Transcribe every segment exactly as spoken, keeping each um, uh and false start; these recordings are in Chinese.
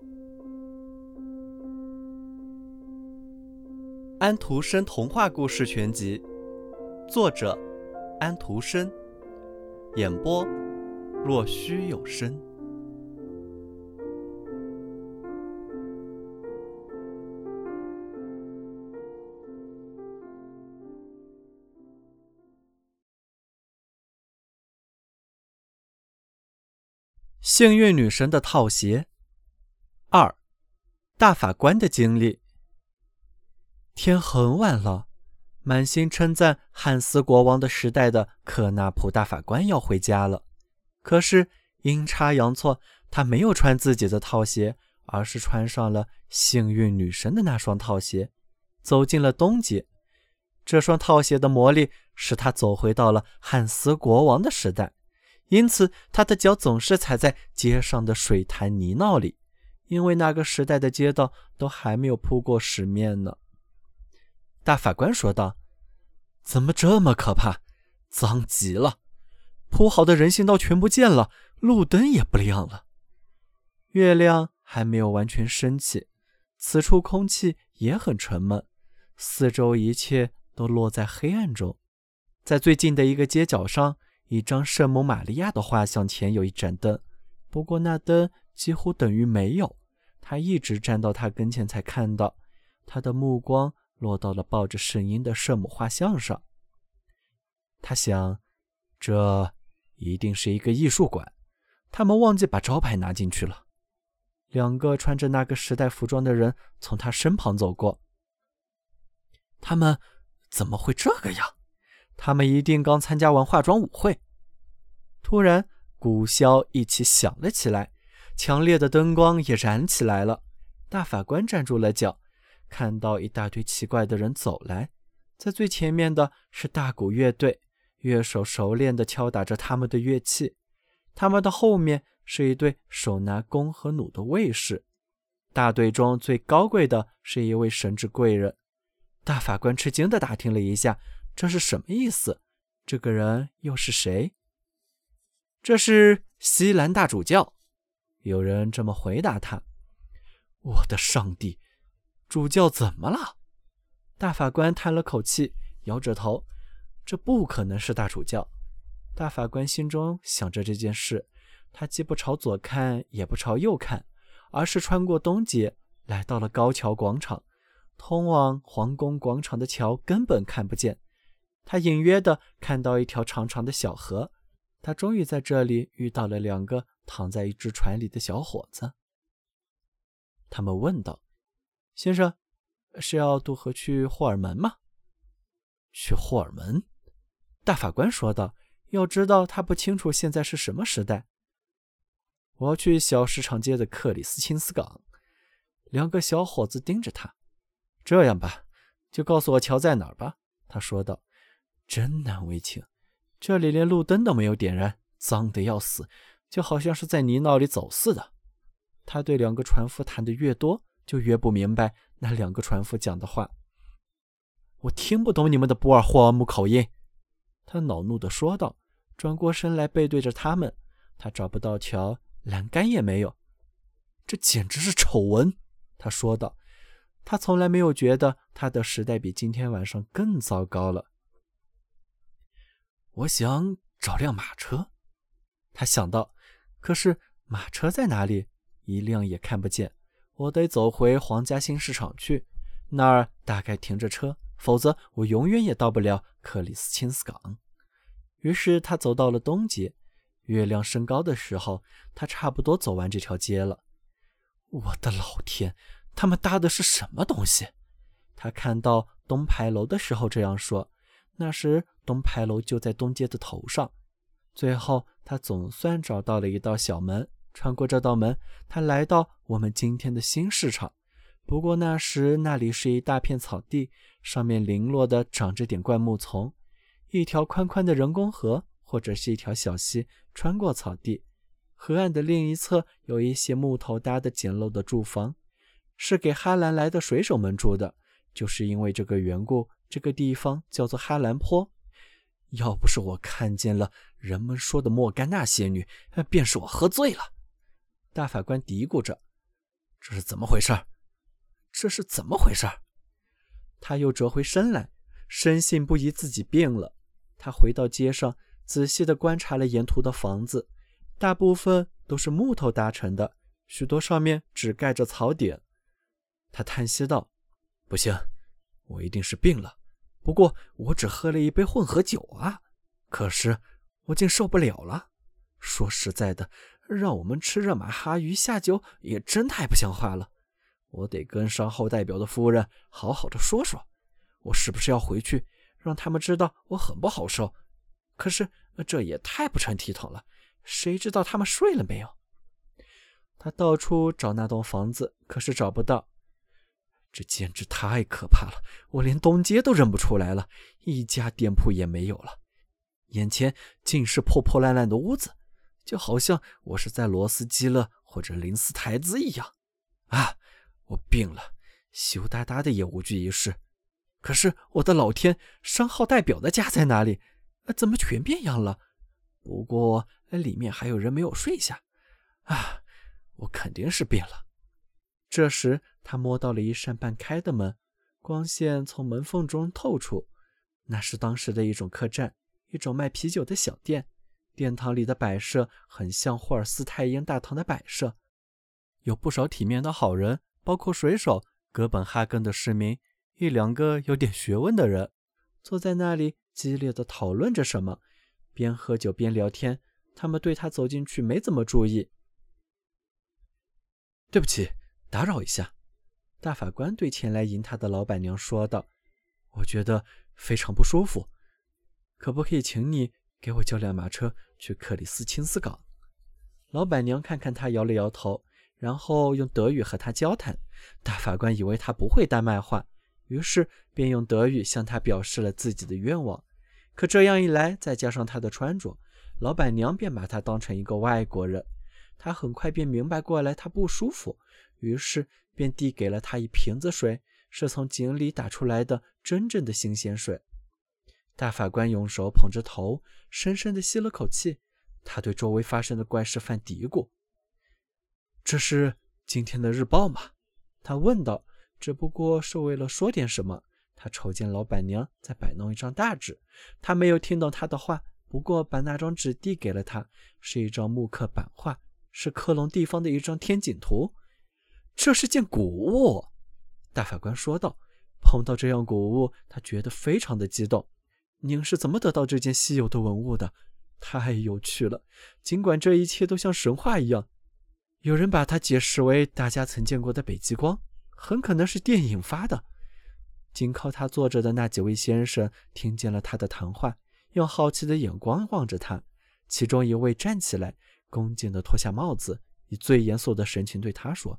安徒生童话故事全集，作者安徒生，演播若虚有声。幸运女神的套鞋二，大法官的经历。天很晚了，满心称赞汉斯国王的时代的克纳普大法官要回家了。可是阴差阳错，他没有穿自己的套鞋，而是穿上了幸运女神的那双套鞋，走进了东街。这双套鞋的魔力使他走回到了汉斯国王的时代，因此他的脚总是踩在街上的水潭泥淖里，因为那个时代的街道都还没有铺过石面呢。大法官说道：怎么这么可怕，脏极了，铺好的人行道全不见了，路灯也不亮了。月亮还没有完全升起，此处空气也很沉闷，四周一切都落在黑暗中。在最近的一个街角上，一张圣母玛利亚的画像前有一盏灯，不过那灯几乎等于没有。他一直站到他跟前才看到，他的目光落到了抱着圣婴的圣母画像上。他想，这一定是一个艺术馆，他们忘记把招牌拿进去了。两个穿着那个时代服装的人从他身旁走过。他们怎么会这个样？他们一定刚参加完化妆舞会。突然鼓箫一起响了起来，强烈的灯光也燃起来了。大法官站住了脚，看到一大堆奇怪的人走来。在最前面的是大鼓乐队，乐手熟练地敲打着他们的乐器。他们的后面是一对手拿弓和弩的卫士。大队中最高贵的是一位神职贵人。大法官吃惊地打听了一下，这是什么意思？这个人又是谁？这是西兰大主教，有人这么回答他。我的上帝，主教怎么了？大法官叹了口气，摇着头，这不可能是大主教。大法官心中想着这件事，他既不朝左看，也不朝右看，而是穿过东街，来到了高桥广场。通往皇宫广场的桥根本看不见，他隐约地看到一条长长的小河。他终于在这里遇到了两个躺在一只船里的小伙子。他们问道：先生，是要渡河去霍尔门吗？去霍尔门？大法官说道，要知道他不清楚现在是什么时代。我要去小市场街的克里斯钦斯港。两个小伙子盯着他。这样吧，就告诉我桥在哪儿吧，他说道。真难为情，这里连路灯都没有点燃，脏得要死，就好像是在泥淖里走似的。他对两个船夫谈得越多，就越不明白那两个船夫讲的话。我听不懂你们的布尔霍尔姆口音，他恼怒地说道，转过身来背对着他们。他找不到桥，栏杆也没有。这简直是丑闻，他说道。他从来没有觉得他的时代比今天晚上更糟糕了。我想找辆马车，他想到，可是马车在哪里？一辆也看不见。我得走回皇家新市场去，那儿大概停着车，否则我永远也到不了克里斯钦斯港。于是他走到了东街，月亮升高的时候，他差不多走完这条街了。我的老天，他们搭的是什么东西？他看到东牌楼的时候这样说，那时东牌楼就在东街的头上。最后他总算找到了一道小门，穿过这道门，他来到我们今天的新市场。不过那时那里是一大片草地，上面零落地长着点灌木丛。一条宽宽的人工河或者是一条小溪穿过草地，河岸的另一侧有一些木头搭的简陋的住房，是给哈兰来的水手们住的。就是因为这个缘故，这个地方叫做哈兰坡。要不是我看见了人们说的莫甘娜仙女，便是我喝醉了。大法官嘀咕着， 这是怎么回事？这是怎么回事？他又折回身来，深信不疑自己病了。他回到街上，仔细地观察了沿途的房子，大部分都是木头搭成的，许多上面只盖着草点。他叹息道：不行，我一定是病了。不过我只喝了一杯混合酒啊，可是我竟受不了了。说实在的，让我们吃热马哈鱼下酒也真太不像话了。我得跟商号代表的夫人好好的说说，我是不是要回去让他们知道我很不好受。可是这也太不成体统了，谁知道他们睡了没有？他到处找那栋房子，可是找不到。这简直太可怕了，我连东街都认不出来了，一家店铺也没有了。眼前尽是破破烂烂的屋子，就好像我是在罗斯基勒或者林斯台兹一样。啊，我病了，羞答答的也无济于事。可是我的老天，商号代表的家在哪里？怎么全变样了？不过里面还有人没有睡下。啊，我肯定是病了。这时他摸到了一扇半开的门，光线从门缝中透出，那是当时的一种客栈，一种卖啤酒的小店。殿堂里的摆设很像霍尔斯泰因大堂的摆设，有不少体面的好人，包括水手、哥本哈根的市民，一两个有点学问的人，坐在那里激烈地讨论着什么，边喝酒边聊天。他们对他走进去没怎么注意。对不起，打扰一下，大法官对前来迎他的老板娘说道，我觉得非常不舒服，可不可以请你给我叫辆马车去克里斯钦斯港？老板娘看看他，摇了摇头，然后用德语和他交谈。大法官以为他不会丹麦话，于是便用德语向他表示了自己的愿望。可这样一来，再加上他的穿着，老板娘便把他当成一个外国人。他很快便明白过来他不舒服，于是便递给了他一瓶子水，是从井里打出来的真正的新鲜水。大法官用手捧着头，深深地吸了口气，他对周围发生的怪事犯嘀咕。这是今天的日报吗？他问道，只不过是为了说点什么。他瞅见老板娘在摆弄一张大纸，他没有听懂他的话，不过把那张纸递给了他，是一张木刻版画，是科隆地方的一张天井图。这是件古物，大法官说道。碰到这样古物，他觉得非常的激动。您是怎么得到这件稀有的文物的？太有趣了，尽管这一切都像神话一样。有人把它解释为大家曾见过的北极光，很可能是电引发的。紧靠他坐着的那几位先生听见了他的谈话，用好奇的眼光望着他。其中一位站起来，恭敬地脱下帽子，以最严肃的神情对他说，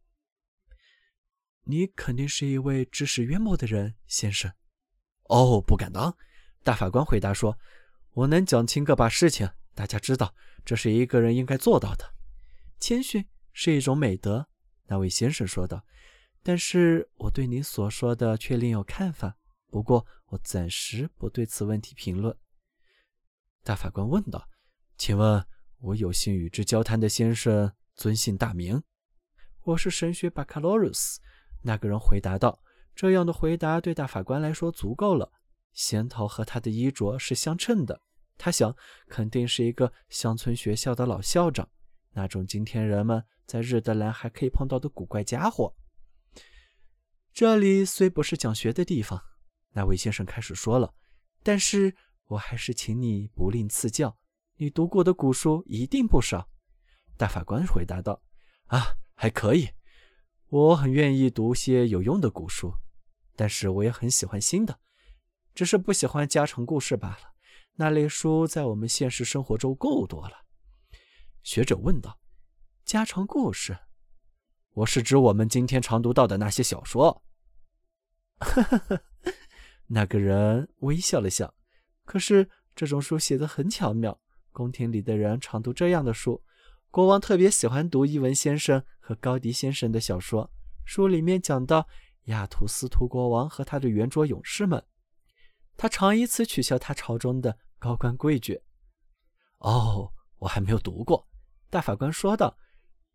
你肯定是一位知识渊博的人，先生。哦，不敢当，大法官回答说，我能讲清个把事情，大家知道这是一个人应该做到的。谦逊是一种美德，那位先生说道，但是我对你所说的却另有看法，不过我暂时不对此问题评论。大法官问道，请问我有幸与之交谈的先生尊姓大名？我是神学巴卡洛鲁斯，那个人回答道。这样的回答对大法官来说足够了，衔头和他的衣着是相称的。他想，肯定是一个乡村学校的老校长，那种今天人们在日德兰还可以碰到的古怪家伙。这里虽不是讲学的地方，那位先生开始说了，但是我还是请你不吝赐教，你读过的古书一定不少。大法官回答道，啊，还可以，我很愿意读些有用的古书，但是我也很喜欢新的，只是不喜欢家常故事罢了，那类书在我们现实生活中够多了。学者问道，家常故事？我是指我们今天常读到的那些小说。那个人微笑了笑，可是这种书写得很巧妙，宫廷里的人常读这样的书。国王特别喜欢读伊文先生和高迪先生的小说，书里面讲到亚图斯图国王和他的圆桌勇士们，他常以此取笑他朝中的高官贵爵。哦，我还没有读过，大法官说道，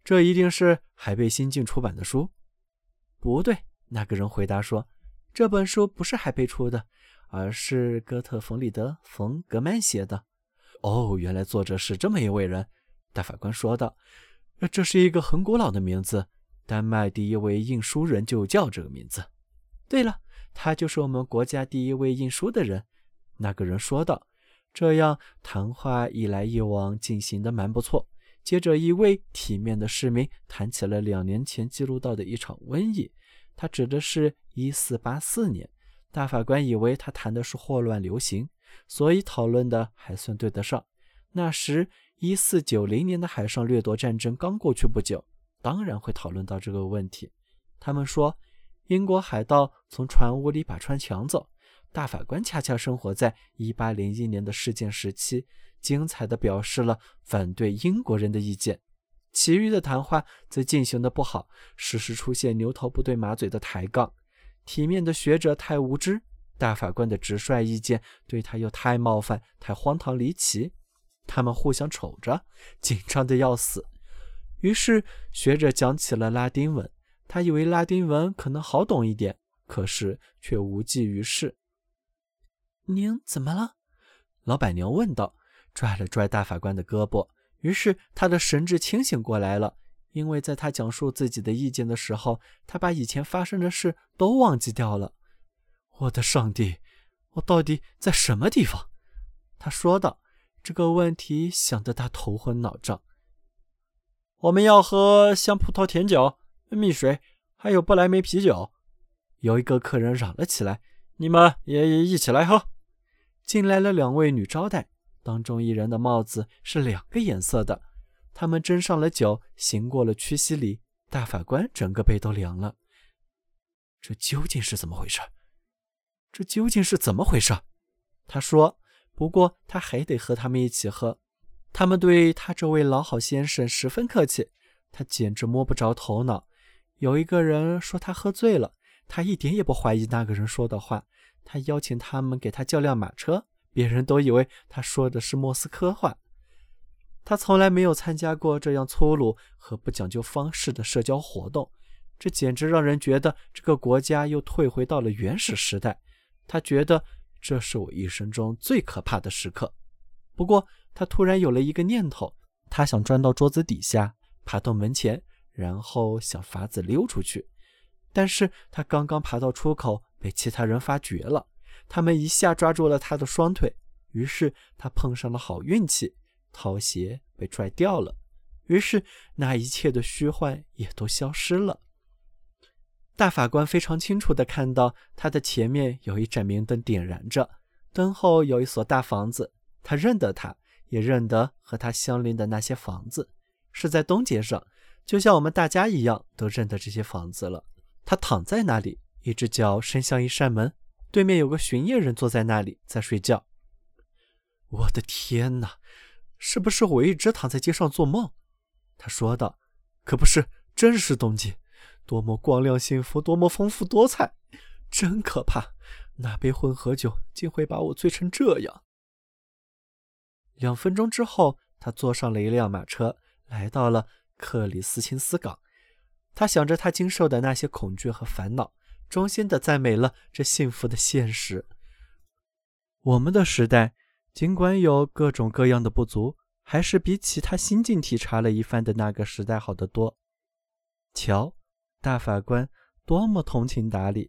这一定是海贝新近出版的书。不对，那个人回答说，这本书不是海贝出的，而是哥特冯里德·冯·格曼写的。哦，原来作者是这么一位人，大法官说道。这是一个很古老的名字，丹麦第一位印书人就叫这个名字。对了，他就是我们国家第一位印书的人，那个人说道。这样谈话一来一往进行得蛮不错。接着一位体面的市民谈起了两年前记录到的一场瘟疫，他指的是一四八四年。大法官以为他谈的是霍乱流行，所以讨论的还算对得上。那时一四九零年的海上掠夺战争刚过去不久，当然会讨论到这个问题。他们说英国海盗从船坞里把船抢走，大法官恰恰生活在一八零一年的事件时期，精彩地表示了反对英国人的意见。其余的谈话则进行得不好，时时出现牛头不对马嘴的抬杠。体面的学者太无知，大法官的直率意见对他又太冒犯，太荒唐离奇。他们互相瞅着，紧张得要死。于是学者讲起了拉丁文，他以为拉丁文可能好懂一点，可是却无济于事。您怎么了？老板娘问道，拽了拽大法官的胳膊。于是他的神志清醒过来了，因为在他讲述自己的意见的时候，他把以前发生的事都忘记掉了。我的上帝，我到底在什么地方？他说道。这个问题想得他头昏脑胀。我们要喝香葡萄甜酒、蜜水，还有不莱梅啤酒。有一个客人嚷了起来，你们也一起来喝。进来了两位女招待，当中一人的帽子是两个颜色的。他们斟上了酒，行过了屈膝礼。大法官整个背都凉了。这究竟是怎么回事？这究竟是怎么回事？他说，不过他还得和他们一起喝。他们对他这位老好先生十分客气，他简直摸不着头脑。有一个人说他喝醉了，他一点也不怀疑那个人说的话。他邀请他们给他叫辆马车，别人都以为他说的是莫斯科话。他从来没有参加过这样粗鲁和不讲究方式的社交活动，这简直让人觉得这个国家又退回到了原始时代。他觉得这是我一生中最可怕的时刻。不过他突然有了一个念头，他想钻到桌子底下，爬到门前，然后想法子溜出去。但是他刚刚爬到出口，被其他人发觉了，他们一下抓住了他的双腿，于是他碰上了好运气，套鞋被拽掉了，于是那一切的虚幻也都消失了。大法官非常清楚地看到他的前面有一盏明灯点燃着，灯后有一所大房子，他认得他，也认得和他相邻的那些房子，是在东街上，就像我们大家一样都认得这些房子了。他躺在那里，一只脚伸向一扇门，对面有个巡夜人坐在那里在睡觉。我的天哪，是不是我一直躺在街上做梦？他说道。可不是，真是东街，多么光亮幸福，多么丰富多彩，真可怕，那杯混合酒竟会把我醉成这样。两分钟之后，他坐上了一辆马车，来到了克里斯钦斯港。他想着他经受的那些恐惧和烦恼，衷心地赞美了这幸福的现实。我们的时代尽管有各种各样的不足，还是比起他新近体察了一番的那个时代好得多。瞧，大法官多么通情达理。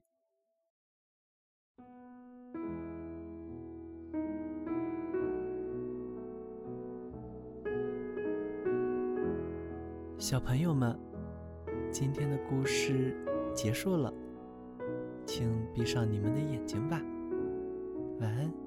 小朋友们，今天的故事结束了，请闭上你们的眼睛吧，晚安。